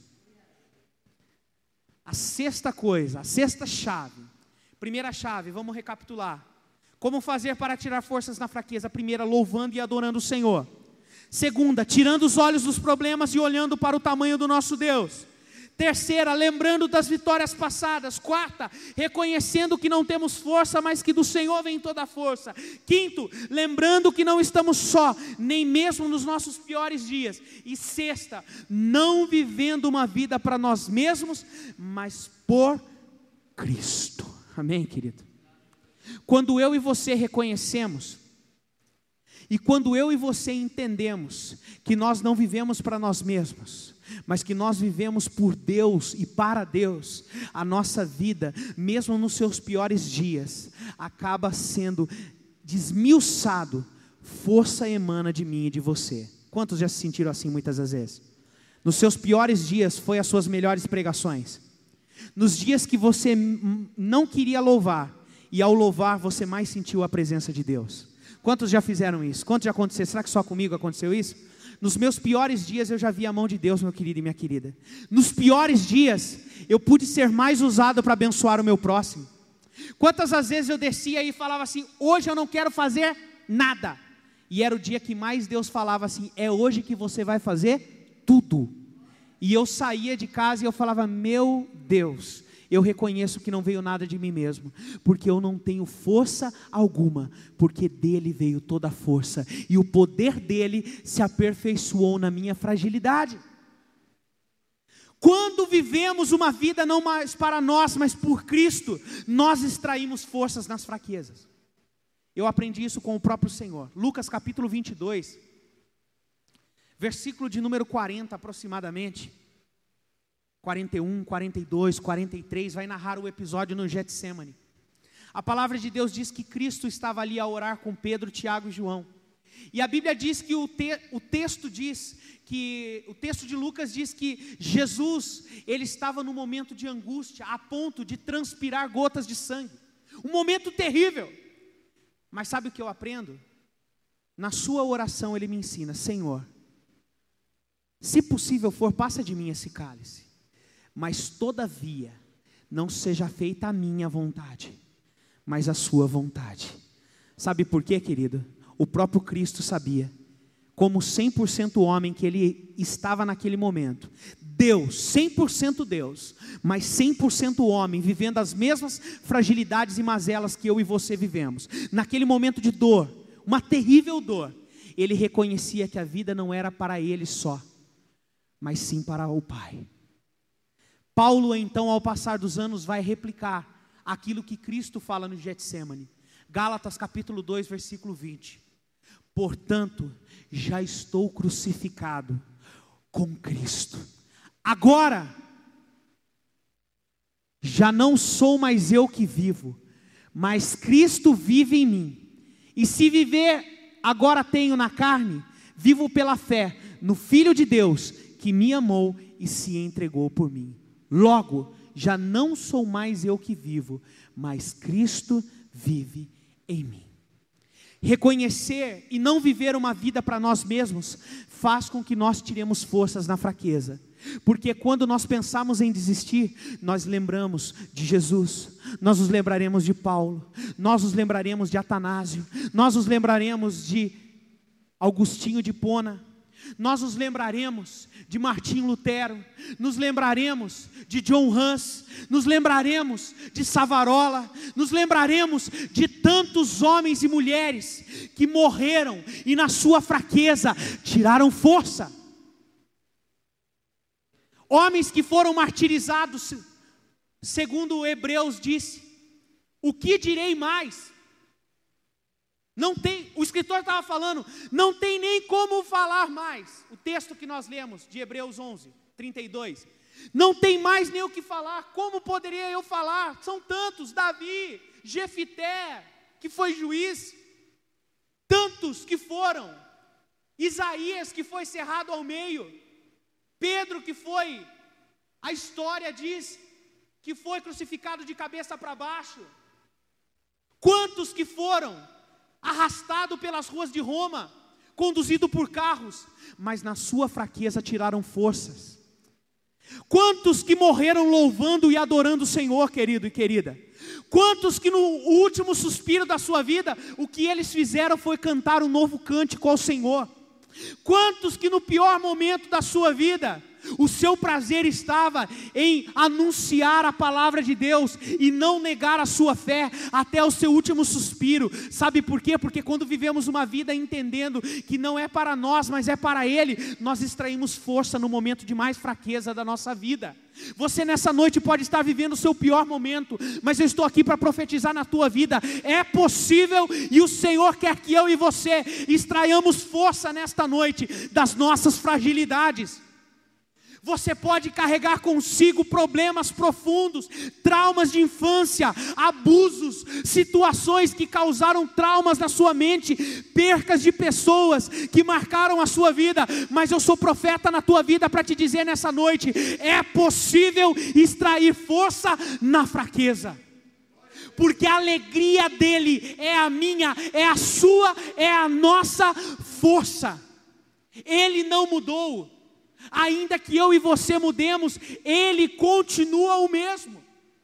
A sexta coisa, a sexta chave. Primeira chave, vamos recapitular. Como fazer para tirar forças na fraqueza? Primeira, louvando e adorando o Senhor. Segunda, tirando os olhos dos problemas e olhando para o tamanho do nosso Deus. Terceira, lembrando das vitórias passadas. Quarta, reconhecendo que não temos força, mas que do Senhor vem toda a força. Quinto, lembrando que não estamos só, nem mesmo nos nossos piores dias. E sexta, não vivendo uma vida para nós mesmos, mas por Cristo. Amém, querido? Quando eu e você reconhecemos, e quando eu e você entendemos que nós não vivemos para nós mesmos, mas que nós vivemos por Deus e para Deus, a nossa vida, mesmo nos seus piores dias, acaba sendo desmiuçado, força emana de mim e de você. Quantos já se sentiram assim muitas das vezes? Nos seus piores dias foi as suas melhores pregações. Nos dias que você não queria louvar, e ao louvar você mais sentiu a presença de Deus. Quantos já fizeram isso? Quantos já aconteceu? Será que só comigo aconteceu isso? Nos meus piores dias eu já vi a mão de Deus, meu querido e minha querida. Nos piores dias eu pude ser mais usado para abençoar o meu próximo. Quantas as vezes eu descia e falava assim, hoje eu não quero fazer nada. E era o dia que mais Deus falava assim, é hoje que você vai fazer tudo. E eu saía de casa e eu falava, meu Deus, eu reconheço que não veio nada de mim mesmo, porque eu não tenho força alguma, porque dele veio toda a força, e o poder dele se aperfeiçoou na minha fragilidade. Quando vivemos uma vida não mais para nós, mas por Cristo, nós extraímos forças nas fraquezas. Eu aprendi isso com o próprio Senhor. Lucas capítulo 22, versículo de número 40 aproximadamente. 41, 42, 43, vai narrar o episódio no Getsêmani. A palavra de Deus diz que Cristo estava ali a orar com Pedro, Tiago e João. E a Bíblia diz que o texto de Lucas diz que Jesus, ele estava num momento de angústia, a ponto de transpirar gotas de sangue. Um momento terrível. Mas sabe o que eu aprendo? Na sua oração ele me ensina, Senhor, se possível for, passa de mim esse cálice. Mas todavia, não seja feita a minha vontade, mas a sua vontade. Sabe por quê, querido? O próprio Cristo sabia, como 100% homem que ele estava naquele momento, Deus, 100% Deus, mas 100% homem, vivendo as mesmas fragilidades e mazelas que eu e você vivemos, naquele momento de dor, uma terrível dor, ele reconhecia que a vida não era para ele só, mas sim para o Pai. Paulo então, ao passar dos anos, vai replicar aquilo que Cristo fala no Getsêmani. Gálatas capítulo 2, versículo 20. Portanto, já estou crucificado com Cristo. Agora, já não sou mais eu que vivo, mas Cristo vive em mim. E se viver agora tenho na carne, vivo pela fé no Filho de Deus, que me amou e se entregou por mim. Logo, já não sou mais eu que vivo, mas Cristo vive em mim. Reconhecer e não viver uma vida para nós mesmos faz com que nós tiremos forças na fraqueza, porque quando nós pensamos em desistir, nós lembramos de Jesus, nós nos lembraremos de Paulo, nós nos lembraremos de Atanásio, nós nos lembraremos de Agostinho de Hipona, nós nos lembraremos de Martim Lutero, nos lembraremos de John Hus, nos lembraremos de Savonarola, nos lembraremos de tantos homens e mulheres que morreram e na sua fraqueza tiraram força. Homens que foram martirizados, segundo Hebreus disse, o que direi mais? Não tem, o escritor estava falando, não tem nem como falar mais. O texto que nós lemos de Hebreus 11, 32. Não tem mais nem o que falar. Como poderia eu falar? São tantos, Davi, Jefité, que foi juiz. Tantos que foram. Isaías, que foi cerrado ao meio. Pedro, que foi, a história diz, que foi crucificado de cabeça para baixo. Quantos que foram arrastado pelas ruas de Roma, conduzido por carros, mas na sua fraqueza tiraram forças. Quantos que morreram louvando e adorando o Senhor, querido e querida? Quantos que no último suspiro da sua vida, o que eles fizeram foi cantar um novo cântico ao Senhor? Quantos que no pior momento da sua vida, o seu prazer estava em anunciar a palavra de Deus e não negar a sua fé até o seu último suspiro? Sabe por quê? Porque quando vivemos uma vida entendendo que não é para nós, mas é para Ele, nós extraímos força no momento de mais fraqueza da nossa vida. Você nessa noite pode estar vivendo o seu pior momento, mas eu estou aqui para profetizar na tua vida. É possível e o Senhor quer que eu e você extraiamos força nesta noite das nossas fragilidades. Você pode carregar consigo problemas profundos, traumas de infância, abusos, situações que causaram traumas na sua mente, percas de pessoas que marcaram a sua vida, mas eu sou profeta na tua vida para te dizer nessa noite, é possível extrair força na fraqueza, porque a alegria dele é a minha, é a sua, é a nossa força. Ele não mudou. Ainda que eu e você mudemos, Ele continua o mesmo.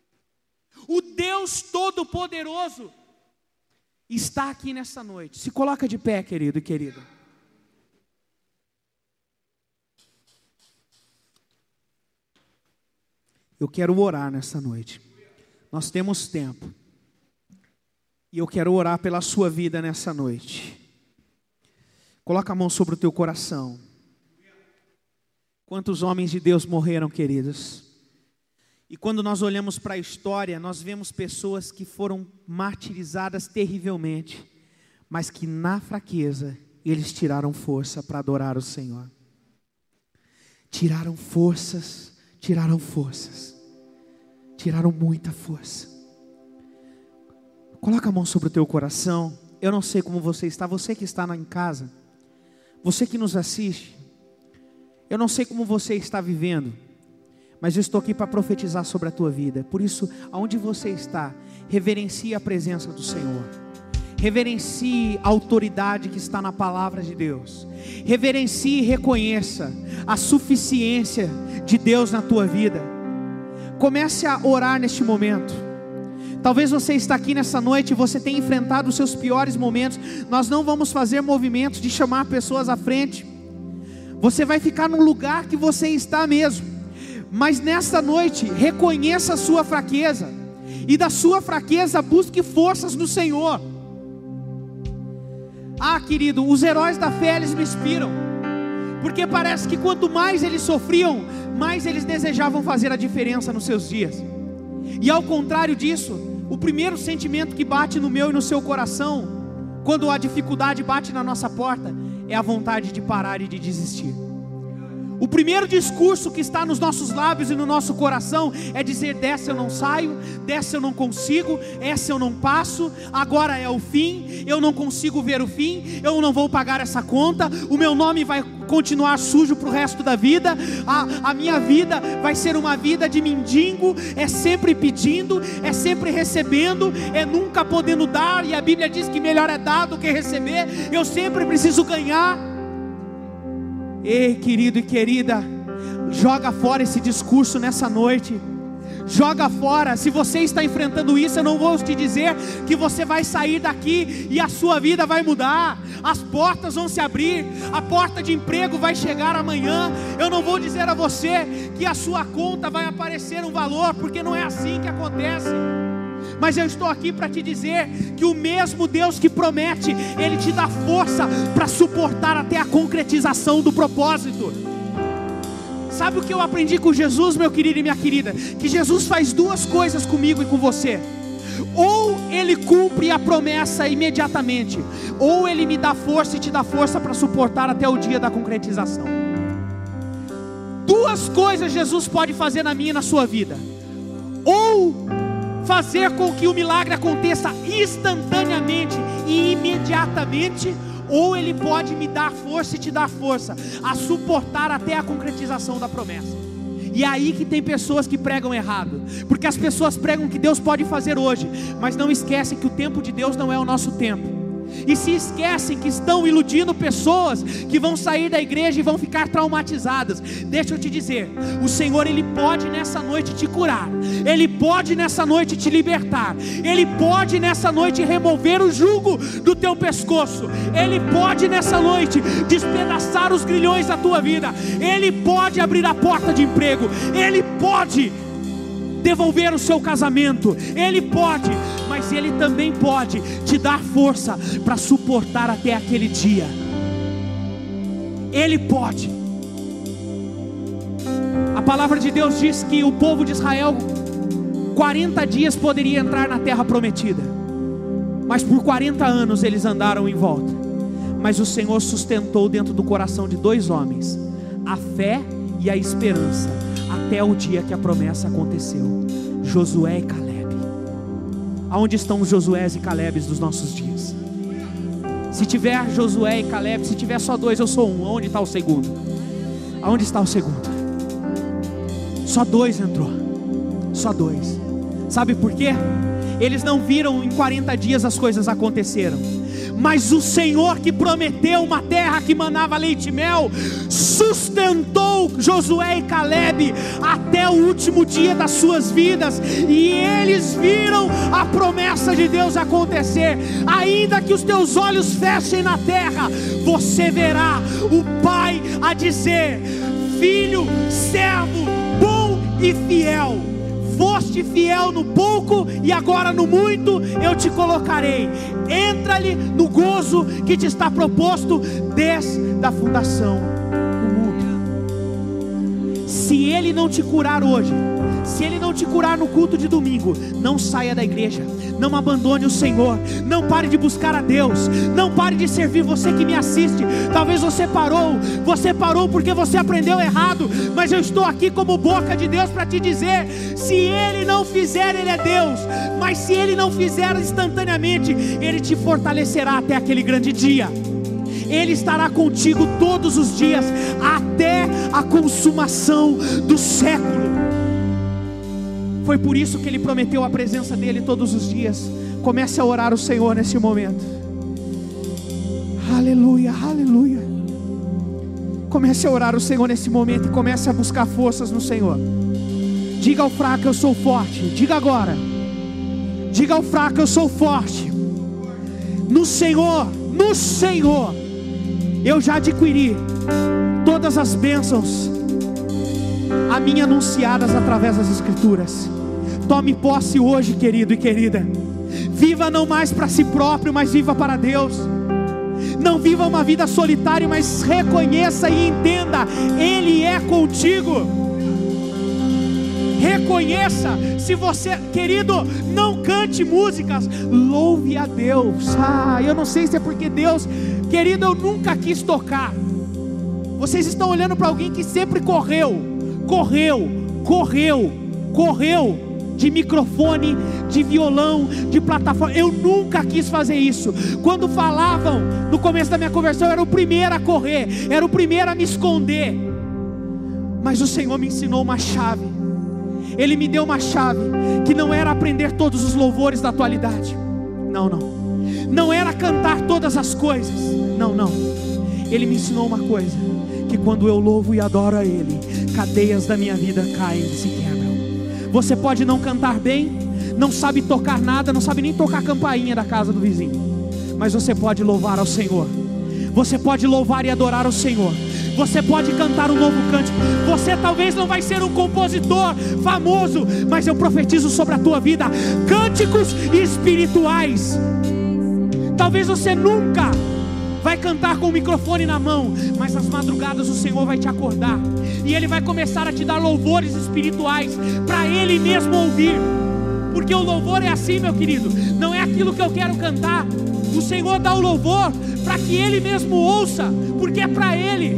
O Deus Todo-Poderoso está aqui nessa noite. Se coloca de pé, querido e querida. Eu quero orar nessa noite. Nós temos tempo. E eu quero orar pela sua vida nessa noite. Coloca a mão sobre o teu coração. Quantos homens de Deus morreram, queridos? E quando nós olhamos para a história, nós vemos pessoas que foram martirizadas terrivelmente, mas que na fraqueza, eles tiraram força para adorar o Senhor. Tiraram forças, tiraram muita força. Coloca a mão sobre o teu coração. Eu não sei como você está, você que está em casa, você que nos assiste, eu não sei como você está vivendo, mas eu estou aqui para profetizar sobre a tua vida. Por isso, aonde você está, reverencie a presença do Senhor. Reverencie a autoridade que está na palavra de Deus. Reverencie e reconheça a suficiência de Deus na tua vida. Comece a orar neste momento. Talvez você está aqui nessa noite e você tenha enfrentado os seus piores momentos. Nós não vamos fazer movimentos de chamar pessoas à frente. Você vai ficar no lugar que você está mesmo. Mas nesta noite, reconheça a sua fraqueza. E da sua fraqueza, busque forças no Senhor. Ah, querido, os heróis da fé, eles me inspiram. Porque parece que quanto mais eles sofriam, mais eles desejavam fazer a diferença nos seus dias. E ao contrário disso, o primeiro sentimento que bate no meu e no seu coração, quando a dificuldade bate na nossa porta, é a vontade de parar e de desistir. O primeiro discurso que está nos nossos lábios e no nosso coração é dizer: dessa eu não saio, dessa eu não consigo, essa eu não passo, agora é o fim, eu não consigo ver o fim, eu não vou pagar essa conta, o meu nome vai continuar sujo para o resto da vida, a minha vida vai ser uma vida de mendigo, é sempre pedindo, é sempre recebendo, é nunca podendo dar, e a Bíblia diz que melhor é dar do que receber, eu sempre preciso ganhar. Ei, querido e querida, joga fora esse discurso nessa noite. Joga fora. Se você está enfrentando isso, eu não vou te dizer que você vai sair daqui e a sua vida vai mudar. As portas vão se abrir, a porta de emprego vai chegar amanhã. Eu não vou dizer a você que a sua conta vai aparecer um valor, porque não é assim que acontece. Mas eu estou aqui para te dizer que o mesmo Deus que promete, Ele te dá força para suportar até a concretização do propósito. Sabe o que eu aprendi com Jesus, meu querido e minha querida? Que Jesus faz duas coisas comigo e com você: ou Ele cumpre a promessa imediatamente, ou Ele me dá força e te dá força para suportar até o dia da concretização. Duas coisas Jesus pode fazer na minha e na sua vida: ou fazer com que o milagre aconteça instantaneamente e imediatamente, ou Ele pode me dar força e te dar força a suportar até a concretização da promessa. E é aí que tem pessoas que pregam errado, porque as pessoas pregam que Deus pode fazer hoje, mas não esquecem que o tempo de Deus não é o nosso tempo. E se esquecem que estão iludindo pessoas que vão sair da igreja e vão ficar traumatizadas. Deixa eu te dizer, o Senhor, Ele pode nessa noite te curar, Ele pode nessa noite te libertar, Ele pode nessa noite remover o jugo do teu pescoço, Ele pode nessa noite despedaçar os grilhões da tua vida, Ele pode abrir a porta de emprego, Ele pode devolver o seu casamento, Ele pode, mas Ele também pode te dar força para suportar até aquele dia. Ele pode. A palavra de Deus diz que o povo de Israel 40 dias poderia entrar na terra prometida, mas por 40 anos eles andaram em volta. Mas o Senhor sustentou dentro do coração de dois homens a fé e a esperança até o dia que a promessa aconteceu: Josué e Caleb. Aonde estão os Josués e Calebes dos nossos dias? Se tiver Josué e Caleb, se tiver só dois, eu sou um. Aonde está o segundo? Aonde está o segundo? Só dois entrou. Só dois. Sabe por quê? Eles não viram em 40 dias as coisas aconteceram, mas o Senhor que prometeu uma terra que manava leite e mel, sustentou Josué e Caleb até o último dia das suas vidas, e eles viram a promessa de Deus acontecer. Ainda que os teus olhos fechem na terra, você verá o Pai a dizer: filho, servo bom e fiel, foste fiel no pouco e agora no muito eu te colocarei. Entra-lhe no gozo que te está proposto desde a fundação do mundo. Se Ele não te curar hoje, se Ele não te curar no culto de domingo, não saia da igreja, não abandone o Senhor, não pare de buscar a Deus, não pare de servir. Você que me assiste, talvez você parou porque você aprendeu errado, mas eu estou aqui como boca de Deus para te dizer: se Ele não fizer, Ele é Deus, mas se Ele não fizer instantaneamente, Ele te fortalecerá até aquele grande dia. Ele estará contigo todos os dias, até a consumação do século. Foi por isso que Ele prometeu a presença dEle todos os dias. Comece a orar o Senhor nesse momento. Aleluia, aleluia. Comece a orar o Senhor nesse momento e comece a buscar forças no Senhor. Diga ao fraco: eu sou forte. Diga agora. Diga ao fraco: eu sou forte. No Senhor, eu já adquiri todas as bênçãos a mim anunciadas através das Escrituras. Tome posse hoje, querido e querida. Viva não mais para si próprio, mas viva para Deus. Não viva uma vida solitária, mas reconheça e entenda: Ele é contigo. Reconheça. Se você, querido, não cante músicas, louve a Deus. Eu não sei se é porque Deus, querido, eu nunca quis tocar. Vocês estão olhando para alguém que sempre correu de microfone, de violão, de plataforma. Eu nunca quis fazer isso. Quando falavam no começo da minha conversão, eu era o primeiro a correr, era o primeiro a me esconder. Mas o Senhor me ensinou uma chave. Ele me deu uma chave, que não era aprender todos os louvores da atualidade. Não era cantar todas as coisas. Não. Ele me ensinou uma coisa: que quando eu louvo e adoro a Ele, cadeias da minha vida caem e se quebram. Você pode não cantar bem, não sabe tocar nada, não sabe nem tocar a campainha da casa do vizinho, mas você pode louvar ao Senhor. Você pode louvar e adorar ao Senhor. Você pode cantar um novo cântico. Você talvez não vai ser um compositor famoso, mas eu profetizo sobre a tua vida cânticos espirituais. Talvez você nunca vai cantar com o microfone na mão, mas às madrugadas o Senhor vai te acordar, e Ele vai começar a te dar louvores espirituais, para Ele mesmo ouvir. Porque o louvor é assim, meu querido, não é aquilo que eu quero cantar. O Senhor dá o louvor para que Ele mesmo ouça, porque é para Ele.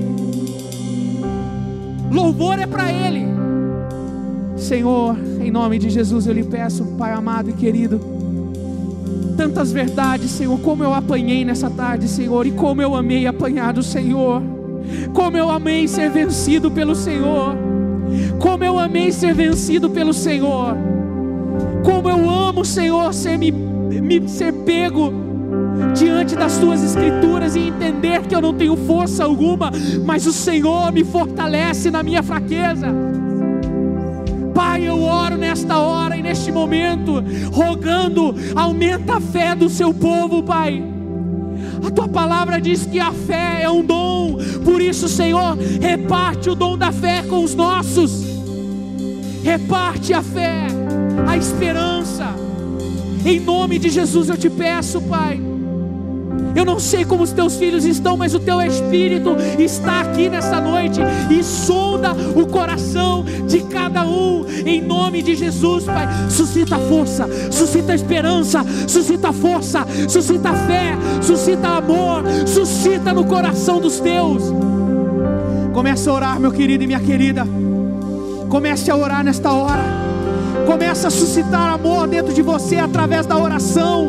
Louvor é para Ele. Senhor, em nome de Jesus eu lhe peço, Pai amado e querido, tantas verdades, Senhor, como eu apanhei nessa tarde, Senhor, e como eu amei apanhar do Senhor, como eu amei ser vencido pelo Senhor, como eu amei ser vencido pelo Senhor, como eu amo, Senhor, ser pego diante das tuas escrituras e entender que eu não tenho força alguma, mas o Senhor me fortalece na minha fraqueza. Pai, eu oro nesta hora e neste momento, rogando, aumenta a fé do seu povo, Pai. A tua palavra diz que a fé é um dom, por isso, Senhor, reparte o dom da fé com os nossos. Reparte a fé, a esperança. Em nome de Jesus eu te peço, Pai. Eu não sei como os teus filhos estão, mas o teu Espírito está aqui nessa noite e sonda o coração de cada um, em nome de Jesus, Pai. Suscita força, suscita esperança, suscita força, suscita fé, suscita amor, suscita no coração dos teus. Comece a orar, meu querido e minha querida. Comece a orar nesta hora. Comece a suscitar amor dentro de você através da oração.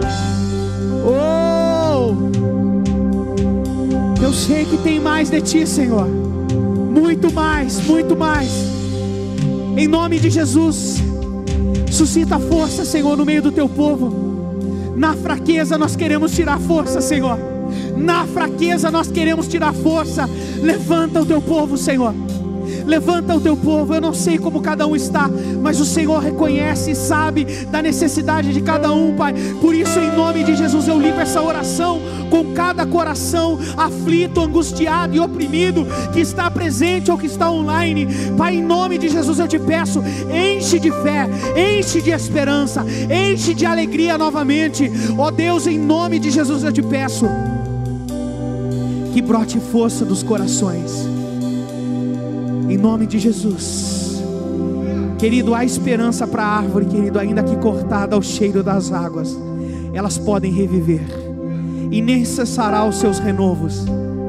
Eu sei que tem mais de ti, Senhor. Muito mais, muito mais. Em nome de Jesus, suscita força, Senhor, no meio do teu povo. Na fraqueza nós queremos tirar força, Senhor. Na fraqueza nós queremos tirar força. Levanta o teu povo, Senhor. Levanta o teu povo. Eu não sei como cada um está, mas o Senhor reconhece e sabe da necessidade de cada um, Pai. Por isso, em nome de Jesus, eu ligo essa oração com cada coração aflito, angustiado e oprimido, que está presente ou que está online. Pai, em nome de Jesus eu te peço, enche de fé, enche de esperança, enche de alegria novamente. Ó Deus, em nome de Jesus eu te peço, que brote força dos corações. Em nome de Jesus. Querido, há esperança para a árvore, querido, ainda que cortada ao cheiro das águas, elas podem reviver, e nem cessará os seus renovos.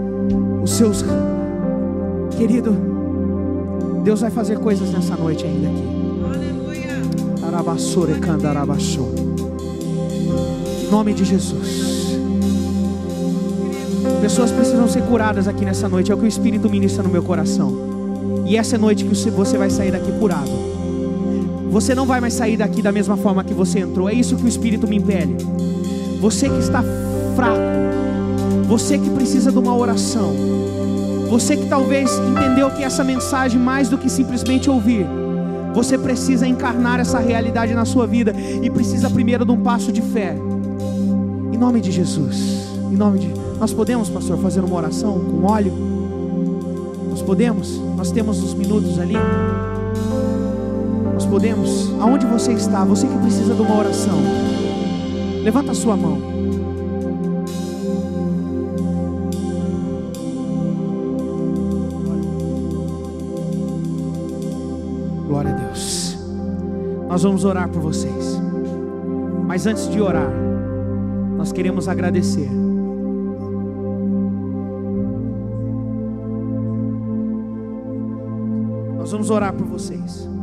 Querido, Deus vai fazer coisas nessa noite ainda aqui. Em nome de Jesus. Pessoas precisam ser curadas aqui nessa noite, é o que o Espírito ministra no meu coração. E essa é a noite que você vai sair daqui curado. Você não vai mais sair daqui da mesma forma que você entrou. É isso que o Espírito me impele. Você que está fraco, você que precisa de uma oração, você que talvez entendeu que essa mensagem, mais do que simplesmente ouvir, Você precisa encarnar essa realidade na sua vida e precisa primeiro de um passo de fé. Em nome de Jesus, em nome de... Nós podemos, pastor, fazer uma oração com óleo? Nós podemos? Nós temos uns minutos ali. Nós podemos? Aonde você está? Você que precisa de uma oração, levanta a sua mão. Glória a Deus. Nós vamos orar por vocês. Mas antes de orar, nós queremos agradecer. Nós vamos orar por vocês.